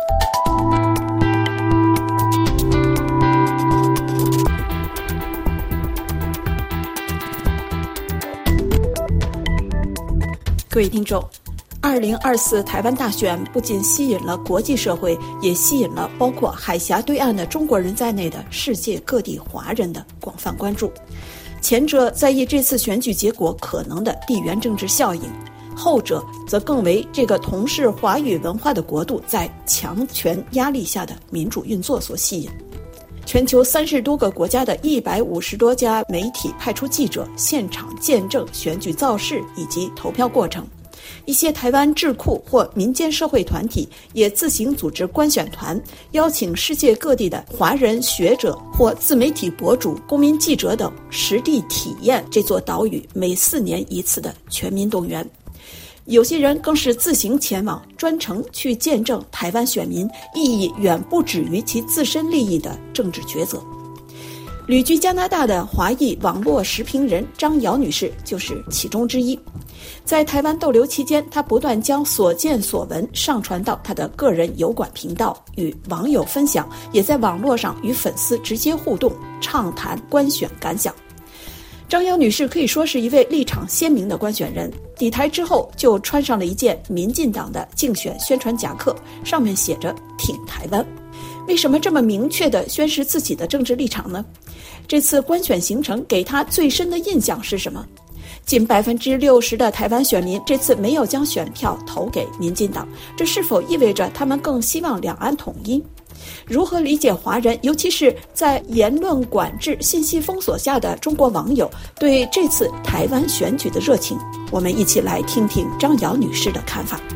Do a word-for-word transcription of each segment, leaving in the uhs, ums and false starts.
各位听众，二零二四台湾大选不仅吸引了国际社会，也吸引了包括海峡对岸的中国人在内的世界各地华人的广泛关注。前者在意这次选举结果可能的地缘政治效应，后者则更为这个同是华语文化的国度在强权压力下的民主运作所吸引。全球三十多个国家的一百五十多家媒体派出记者现场见证选举造势以及投票过程。一些台湾智库或民间社会团体也自行组织观选团，邀请世界各地的华人学者或自媒体博主、公民记者等实地体验这座岛屿每四年一次的全民动员。有些人更是自行前往，专程去见证台湾选民意义远不止于其自身利益的政治抉择。旅居加拿大的华裔网络时评人张瑶女士就是其中之一。在台湾逗留期间，她不断将所见所闻上传到她的个人油管频道，与网友分享，也在网络上与粉丝直接互动，畅谈观选感想。张瑶女士可以说是一位立场鲜明的观选人，抵台之后就穿上了一件民进党的竞选宣传夹克，上面写着挺台湾。为什么这么明确地宣示自己的政治立场呢？这次观选行程给她最深的印象是什么？近百分之六十的台湾选民这次没有将选票投给民进党，这是否意味着他们更希望两岸统一？如何理解华人，尤其是在言论管制、信息封锁下的中国网友对这次台湾选举的热情？我们一起来听听张瑶女士的看法。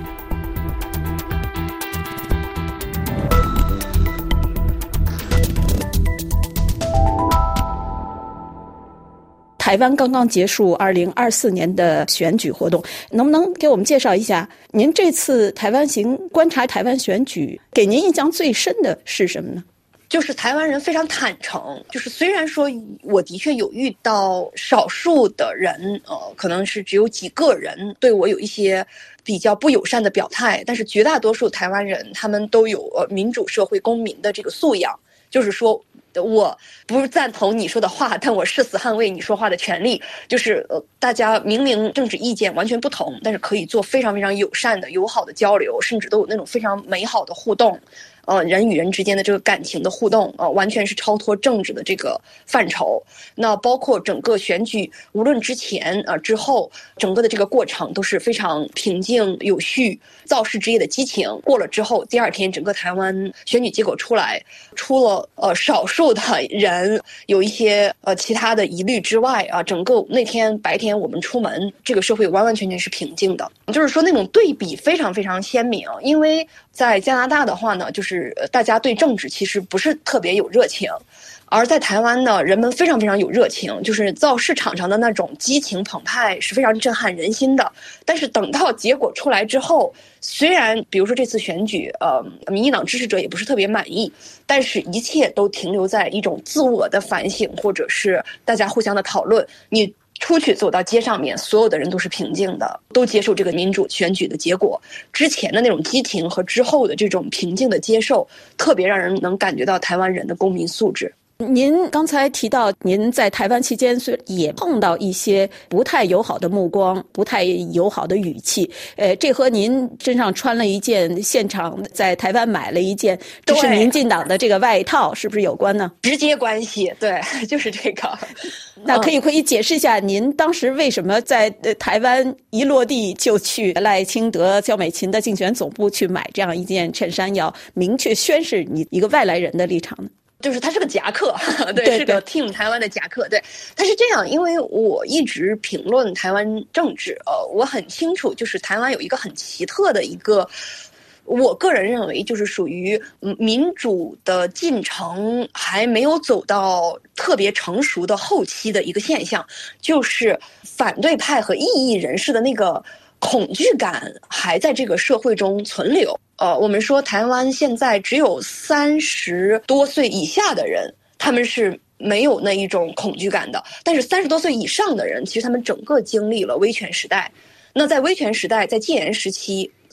台湾刚刚结束二零二四年的选举活动，能不能给我们介绍一下您这次台湾行观察台湾选举，给您印象最深的是什么呢？ 就是台湾人非常坦诚，就是虽然说我的确有遇到少数的人，呃，可能是只有几个人对我有一些比较不友善的表态，但是绝大多数台湾人他们都有呃民主社会公民的这个素养，就是说我不是赞同你说的话，但我誓死捍卫你说话的权利。就是呃，大家明明政治意见完全不同，但是可以做非常非常友善的、友好的交流，甚至都有那种非常美好的互动。呃，人与人之间的这个感情的互动，呃，完全是超脱政治的这个范畴。那包括整个选举，无论之前啊、呃、之后，整个的这个过程都是非常平静有序。造势之夜的激情过了之后，第二天整个台湾选举结果出来，除了呃少数的人有一些呃其他的疑虑之外啊，整个那天白天我们出门，这个社会完完全全是平静的。就是说那种对比非常非常鲜明，因为在加拿大的话呢，就是大家对政治其实不是特别有热情。而在台湾呢，人们非常非常有热情，就是造市场上的那种激情澎湃是非常震撼人心的。但是等到结果出来之后，虽然比如说这次选举，呃，民进党支持者也不是特别满意，但是一切都停留在一种自我的反省，或者是大家互相的讨论。你出去走到街上面，所有的人都是平静的，都接受这个民主选举的结果。之前的那种激情和之后的这种平静的接受，特别让人能感觉到台湾人的公民素质。 您刚才提到您在台湾期间也碰到一些不太友好的目光，不太友好的语气，呃，这和您身上穿了一件现场在台湾买了一件这是民进党的这个外套是不是有关呢？ 直接关系，对，就是这个。 那可以可以解释一下您当时为什么在台湾一落地就去赖清德、萧美琴的竞选总部去买这样一件衬衫，要明确宣示你一个外来人的立场呢？ 就是它是个夹克，对，对是个 Team 台湾的夹克。对，它是这样，因为我一直评论台湾政治，呃，我很清楚，就是台湾有一个很奇特的一个，我个人认为就是属于民主的进程还没有走到特别成熟的后期的一个现象，就是反对派和异议人士的那个恐惧感还在这个社会中存留。呃，我们说台湾现在只有三十多岁以下的人，他们是没有那一种恐惧感的。但是三十多岁以上的人，其实他们整个经历了威权时代。那在威权时代，在戒严时期，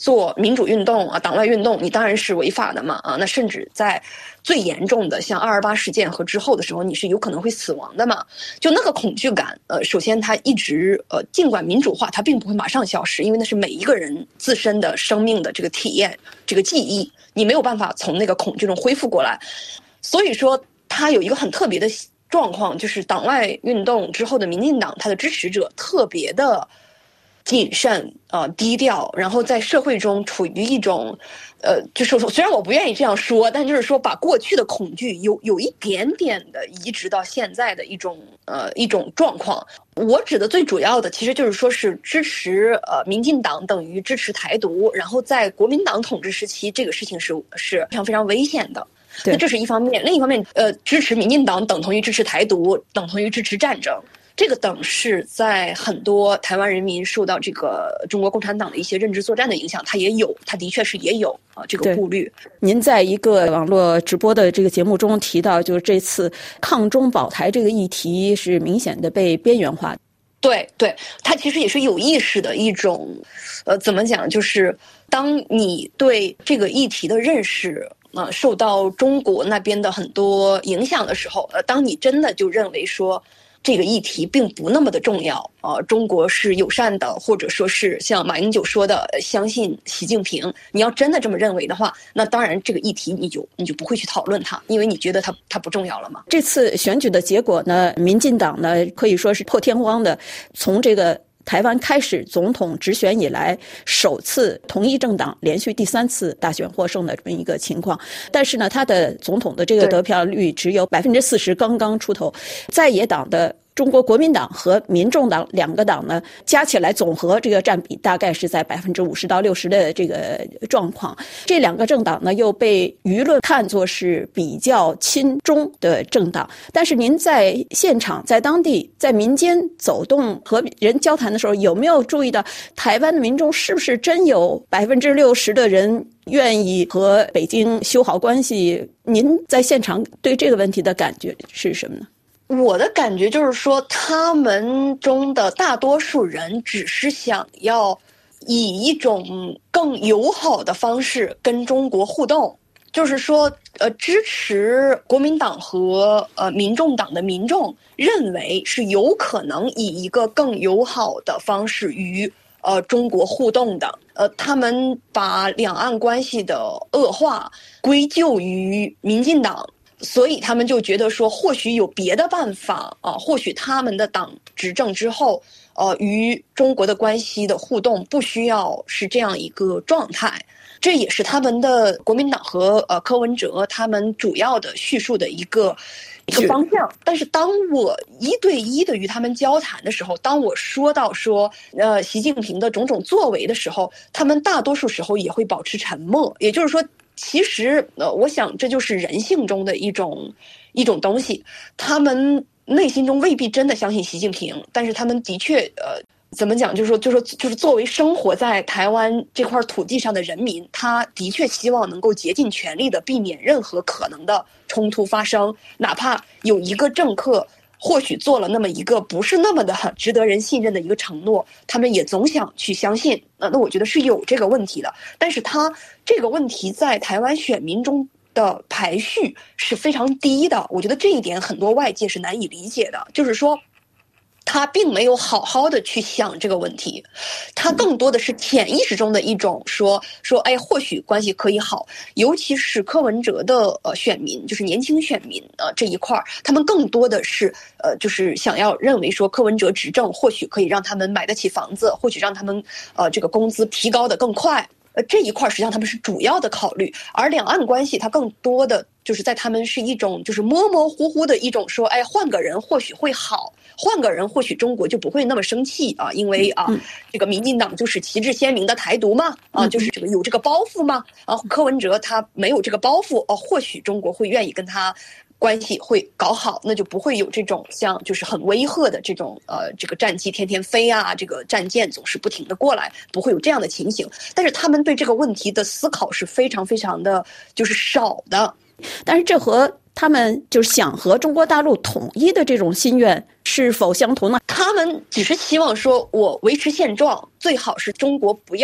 做民主运动啊、党外运动，你当然是违法的嘛啊。那甚至在最严重的像二二八事件和之后的时候，你是有可能会死亡的嘛。就那个恐惧感，呃，首先它一直呃，尽管民主化，它并不会马上消失，因为那是每一个人自身的生命的这个体验、这个记忆，你没有办法从那个恐惧中恢复过来。所以说，它有一个很特别的状况，就是党外运动之后的民进党，它的支持者特别的谨慎呃低调，然后在社会中处于一种呃就是虽然我不愿意这样说，但就是说把过去的恐惧有有一点点的移植到现在的一种呃一种状况。我指的最主要的其实就是说是支持呃民进党等于支持台独，然后在国民党统治时期这个事情是是非常非常危险的。那这是一方面，另一方面呃支持民进党等同于支持台独，等同于支持战争。这个等是在很多台湾人民受到这个中国共产党的一些认知作战的影响，他也有，他的确是也有啊这个顾虑。 您在一个网络直播的这个节目中提到，就是这次抗中保台这个议题是明显的被边缘化。 对对，它其实也是有意识的一种，呃，怎么讲？就是当你对这个议题的认识。呃，受到中国那边的很多影响的时候，呃，当你真的就认为说这个议题并不那么的重要，呃，中国是友善的，或者说是像马英九说的，呃、相信习近平，你要真的这么认为的话，那当然这个议题你就你就不会去讨论它，因为你觉得它它不重要了嘛。 这次选举的结果呢，民进党呢可以说是破天荒的从这个台湾开始总统直选以来首次同一政党连续第三次大选获胜的这么一个情况，但是呢，他的总统的这个得票率只有百分之四十，刚刚出头。在野党的中国国民党和民众党两个党呢，加起来总和这个占比大概是在百分之五十到六十的这个状况。这两个政党呢，又被舆论看作是比较亲中的政党。但是您在现场、在当地、在民间走动和人交谈的时候，有没有注意到台湾的民众是不是真有百分之六十的人愿意和北京修好关系？您在现场对这个问题的感觉是什么呢？ 我的感觉就是说，他们中的大多数人只是想要以一种更友好的方式跟中国互动，就是说，呃，支持国民党和呃民众党的民众认为是有可能以一个更友好的方式与呃中国互动的。呃，他们把两岸关系的恶化归咎于民进党。所以他们就觉得说，或许有别的办法啊，或许他们的党执政之后，呃，与中国的关系的互动不需要是这样一个状态。这也是他们的国民党和呃柯文哲他们主要的叙述的一个一个方向。但是当我一对一的与他们交谈的时候，当我说到说呃习近平的种种作为的时候，他们大多数时候也会保持沉默。也就是说，其实呃，我想这就是人性中的一种一种东西。他们内心中未必真的相信习近平，但是他们的确呃。怎么讲？就是说，就是就是作为生活在台湾这块土地上的人民，他的确希望能够竭尽全力的避免任何可能的冲突发生，哪怕有一个政客或许做了那么一个不是那么的值得人信任的一个承诺，他们也总想去相信。那那我觉得是有这个问题的，但是他这个问题在台湾选民中的排序是非常低的，我觉得这一点很多外界是难以理解的，就是说。他并没有好好的去想这个问题，他更多的是潜意识中的一种说说，哎，或许关系可以好，尤其是柯文哲的呃选民，就是年轻选民呃这一块，他们更多的是呃就是想要认为说柯文哲执政或许可以让他们买得起房子，或许让他们呃这个工资提高的更快。呃，这一块实际上他们是主要的考虑，而两岸关系它更多的就是在他们是一种就是模模糊糊的一种说，哎，换个人或许会好，换个人或许中国就不会那么生气啊，因为啊，这个民进党就是旗帜鲜明的台独嘛，啊，就是这个有这个包袱嘛，啊，柯文哲他没有这个包袱，哦，或许中国会愿意跟他。关系会搞好，那就不会有这种像就是很威吓的这种呃这个战机天天飞啊，这个战舰总是不停的过来，不会有这样的情形。但是他们对这个问题的思考是非常非常的就是少的， 但是这和他们就是想和中国大陆统一的这种心愿是否相同呢？ 他们只是希望说我维持现状，最好是中国不要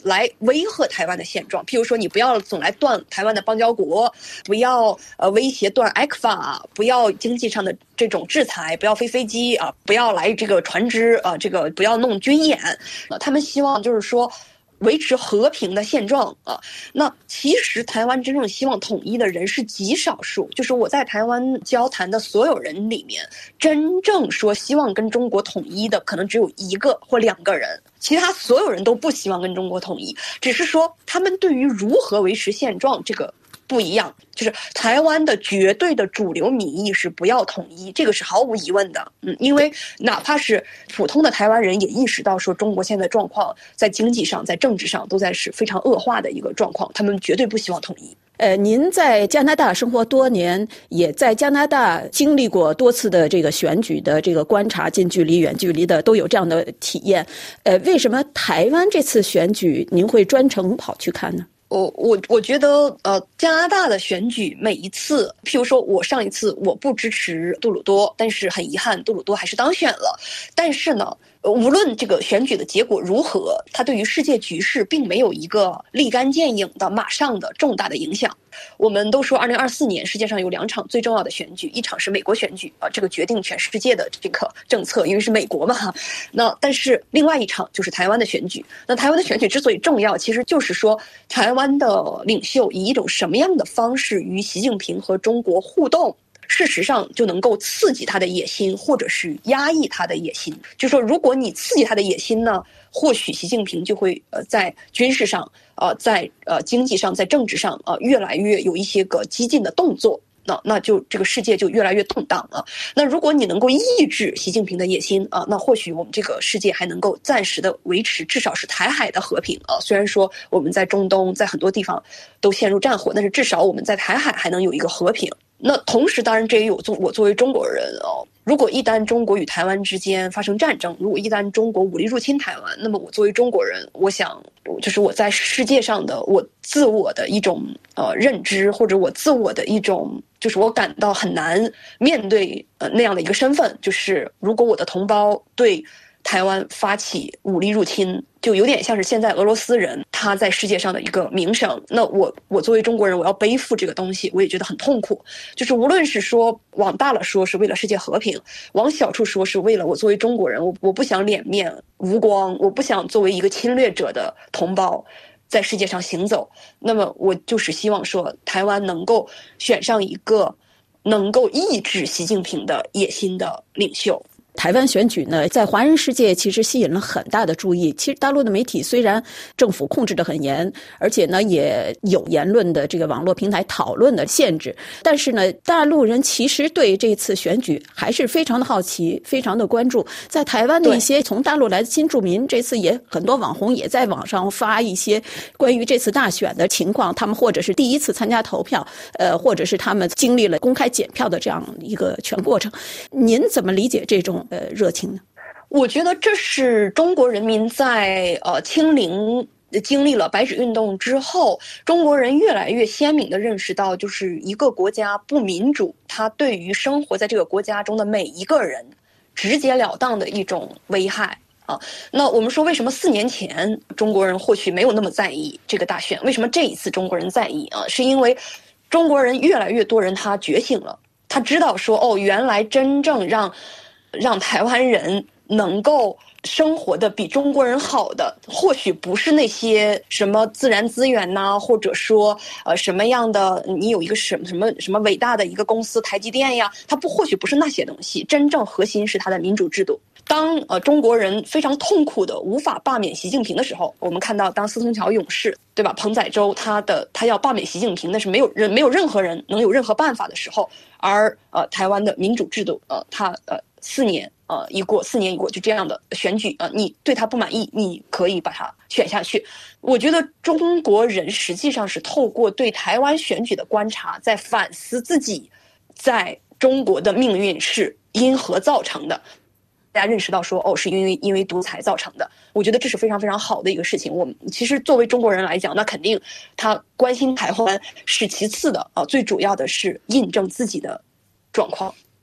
来威吓台湾的现状。譬如说，你不要总来断台湾的邦交国，不要呃威胁断 E C F A， 不要经济上的这种制裁，不要飞飞机啊，不要来这个船只啊，这个不要弄军演。呃、他们希望就是说维持和平的现状啊。那其实台湾真正希望统一的人是极少数，就是我在台湾交谈的所有人里面，真正说希望跟中国统一的可能只有一个或两个人，其他所有人都不希望跟中国统一，只是说他们对于如何维持现状这个不一样。就是台湾的绝对的主流民意是不要统一，这个是毫无疑问的。嗯，因为哪怕是普通的台湾人也意识到说，中国现在状况在经济上、在政治上都在是非常恶化的一个状况，他们绝对不希望统一。 呃，您在加拿大生活多年，也在加拿大经历过多次的这个选举的这个观察，近距离、远距离的都有这样的体验。呃，为什么台湾这次选举您会专程跑去看呢？ 我我我觉得，呃，加拿大的选举每一次，譬如说我上一次我不支持杜鲁多，但是很遗憾，杜鲁多还是当选了。但是呢，无论这个选举的结果如何，它对于世界局势并没有一个立竿见影的、马上的重大的影响。我们都说，二零二四年世界上有两场最重要的选举，一场是美国选举啊，这个决定全世界的这个政策，因为是美国嘛。那但是另外一场就是台湾的选举。那台湾的选举之所以重要，其实就是说台湾的领袖以一种什么样的方式与习近平和中国互动，事实上就能够刺激他的野心，或者是压抑他的野心。就是说，如果你刺激他的野心呢，或许习近平就会呃在军事上、呃在呃经济上、在政治上呃越来越有一些个激进的动作。那那就这个世界就越来越动荡啊。那如果你能够抑制习近平的野心啊，那或许我们这个世界还能够暂时的维持至少是台海的和平啊。虽然说我们在中东在很多地方都陷入战火，但是至少我们在台海还能有一个和平。那同时当然这也有我作为中国人哦，如果一旦中国与台湾之间发生战争，如果一旦中国武力入侵台湾，那么我作为中国人，我想就是我在世界上的我自我的一种呃认知，或者我自我的一种就是我感到很难面对呃那样的一个身份，就是如果我的同胞对台湾发起武力入侵，就有点像是现在俄罗斯人他在世界上的一个名声。那我我作为中国人，我要背负这个东西，我也觉得很痛苦。就是无论是说往大了说是为了世界和平，往小处说是为了我作为中国人，我我不想脸面无光，我不想作为一个侵略者的同胞在世界上行走。那么我就是希望说，台湾能够选上一个能够抑制习近平的野心的领袖。 台湾选举呢，在华人世界其实吸引了很大的注意。其实大陆的媒体虽然政府控制得很严，而且呢也有言论的这个网络平台讨论的限制，但是呢，大陆人其实对这次选举还是非常的好奇，非常的关注。在台湾的一些从大陆来的新住民，这次也很多网红也在网上发一些关于这次大选的情况，他们或者是第一次参加投票，呃，或者是他们经历了公开检票的这样一个全过程。您怎么理解这种呃热情呢？ 我觉得这是中国人民在呃清零经历了白纸运动之后，中国人越来越鲜明地认识到，就是一个国家不民主，它对于生活在这个国家中的每一个人直截了当的一种危害啊。那我们说，为什么四年前中国人或许没有那么在意这个大选？为什么这一次中国人在意啊？是因为中国人越来越多人他觉醒了，他知道说，哦，原来真正让让台湾人能够生活的比中国人好的，或许不是那些什么自然资源呐、啊，或者说呃什么样的你有一个什么什么什么伟大的一个公司台积电呀，它不或许不是那些东西，真正核心是它的民主制度。当呃中国人非常痛苦的无法罢免习近平的时候，我们看到当四通桥勇士对吧，彭载舟他的他要罢免习近平，那是没有人没有任何人能有任何办法的时候，而呃台湾的民主制度呃它呃四年呃一过四年一过就这样的选举啊、呃，你对他不满意，你可以把它选下去。我觉得中国人实际上是透过对台湾选举的观察，在反思自己在中国的命运是因何造成的。大家认识到说，哦，是因为因为独裁造成的。我觉得这是非常非常好的一个事情。我们其实作为中国人来讲，那肯定他关心台湾是其次的啊，最主要的是印证自己的状况。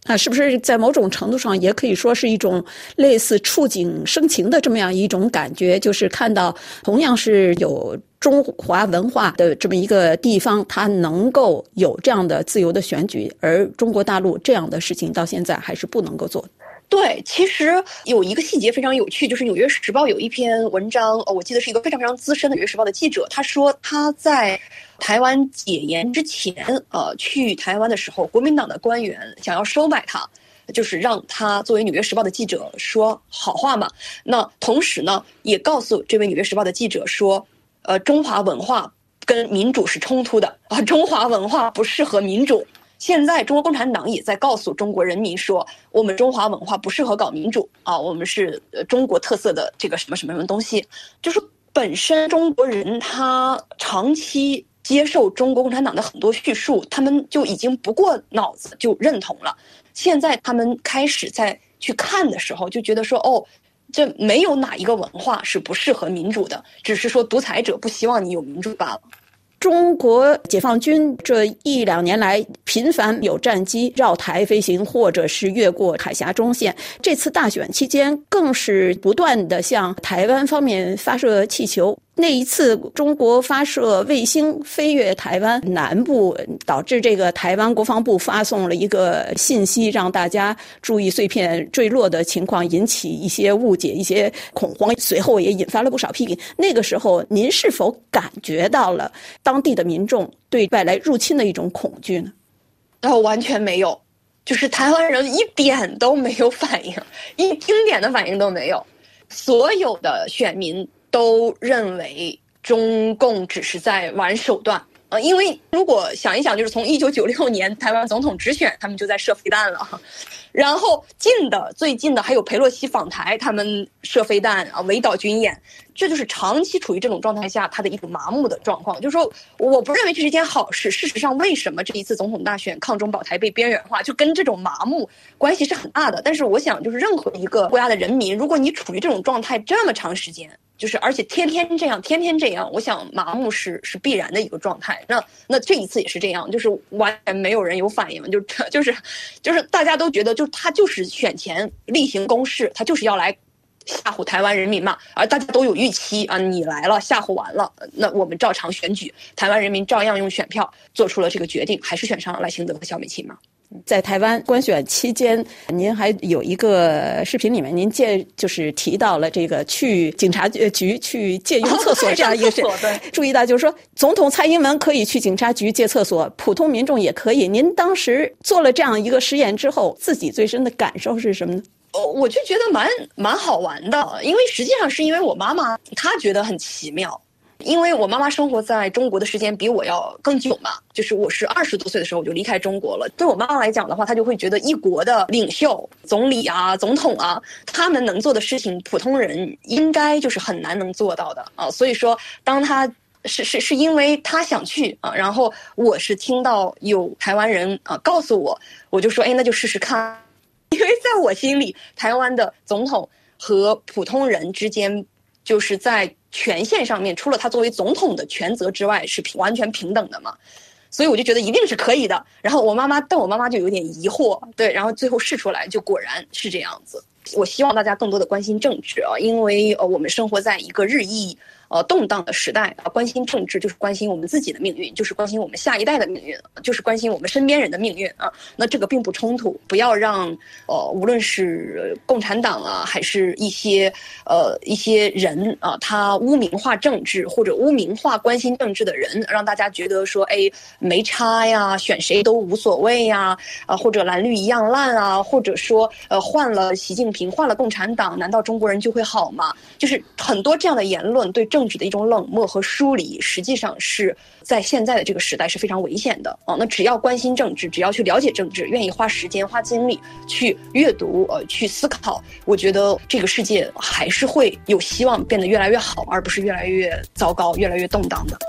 啊，是不是在某种程度上也可以说是一种类似触景生情的这么样一种感觉，就是看到同样是有中华文化的这么一个地方，它能够有这样的自由的选举，而中国大陆这样的事情到现在还是不能够做。 对，其实有一个细节非常有趣，就是《纽约时报》有一篇文章，我记得是一个非常非常资深的《纽约时报》的记者，他说他在台湾解严之前，呃，去台湾的时候，国民党的官员想要收买他，就是让他作为《纽约时报》的记者说好话嘛。那同时呢，也告诉这位《纽约时报》的记者说，呃，中华文化跟民主是冲突的啊，中华文化不适合民主。现在中国共产党也在告诉中国人民说，我们中华文化不适合搞民主啊，我们是中国特色的这个什么什么什么东西。就是本身中国人他长期接受中国共产党的很多叙述，他们就已经不过脑子就认同了。现在他们开始在去看的时候，就觉得说，哦，这没有哪一个文化是不适合民主的，只是说独裁者不希望你有民主罢了。 中国解放军这一两年来频繁有战机绕台飞行，或者是越过海峡中线。这次大选期间更是不断的向台湾方面发射气球。那一次中国发射卫星飞越台湾南部，导致这个台湾国防部发送了一个信息，让大家注意碎片坠落的情况，引起一些误解，一些恐慌，随后也引发了不少批评。那个时候您是否感觉到了当地的民众对外来入侵的一种恐惧呢？ 哦，完全没有，就是台湾人一点都没有反应，一丁点的反应都没有。所有的选民都认为中共只是在玩手段，呃，因为如果想一想，就是从一九九六年台湾总统直选，他们就在射飞弹了，然后近的最近的还有裴洛西访台，他们射飞弹啊，围岛军演，这就是长期处于这种状态下他的一种麻木的状况。就是说，我不认为这是一件好事。事实上，为什么这一次总统大选抗中保台被边缘化，就跟这种麻木关系是很大的。但是我想，就是任何一个国家的人民，如果你处于这种状态这么长时间，就是而且天天这样天天这样，我想麻木是是必然的一个状态。那那这一次也是这样，就是完全没有人有反应，就就是就是大家都觉得，就他就是选前例行公事，他就是要来吓唬台湾人民嘛，而大家都有预期啊，你来了吓唬完了，那我们照常选举，台湾人民照样用选票做出了这个决定，还是选上赖清德和萧美琴嘛。 在台湾官选期间，您还有一个视频里面，您借就是提到了这个去警察局去借用厕所这样一个事。 对， 注意到就是说，总统蔡英文可以去警察局借厕所，普通民众也可以。您当时做了这样一个实验之后，自己最深的感受是什么呢？ 我就觉得蛮蛮好玩的，因为实际上是因为我妈妈她觉得很奇妙。因为我妈妈生活在中国的时间比我要更久嘛，就是我是二十多岁的时候我就离开中国了。对我妈妈来讲的话，她就会觉得一国的领袖、总理啊、总统啊，他们能做的事情，普通人应该就是很难能做到的啊。所以说，当她是是是因为她想去啊，然后我是听到有台湾人啊告诉我，我就说，哎，那就试试看。因为在我心里，台湾的总统和普通人之间，就是在权限上面，除了他作为总统的权责之外，是完全平等的嘛，所以我就觉得一定是可以的。然后我妈妈，但我妈妈就有点疑惑，对，然后最后试出来，就果然是这样子。我希望大家更多的关心政治啊，因为呃我们生活在一个日益呃动荡的时代啊，关心政治就是关心我们自己的命运，就是关心我们下一代的命运，就是关心我们身边人的命运啊。那这个并不冲突，不要让呃无论是共产党啊，还是一些呃一些人啊，他污名化政治或者污名化关心政治的人，让大家觉得说，哎，没差呀，选谁都无所谓呀，啊或者蓝绿一样烂啊，或者说呃换了习近平，换了共产党，难道中国人就会好吗？就是很多这样的言论对政治的一种冷漠和疏离，实际上是在现在的这个时代是非常危险的啊。那只要关心政治，只要去了解政治，愿意花时间花精力去阅读呃去思考，我觉得这个世界还是会有希望变得越来越好，而不是越来越糟糕，越来越动荡的。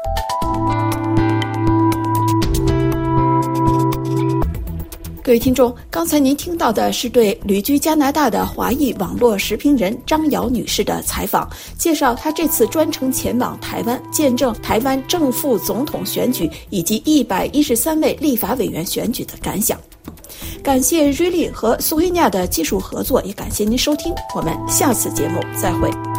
各位听众，刚才您听到的是对旅居加拿大的华裔网络时评人张瑶女士的采访，介绍她这次专程前往台湾，见证台湾正副总统选举以及一百一十三位立法委员选举的感想。 感谢瑞丽和苏维亚的技术合作，也感谢您收听，我们下次节目再会。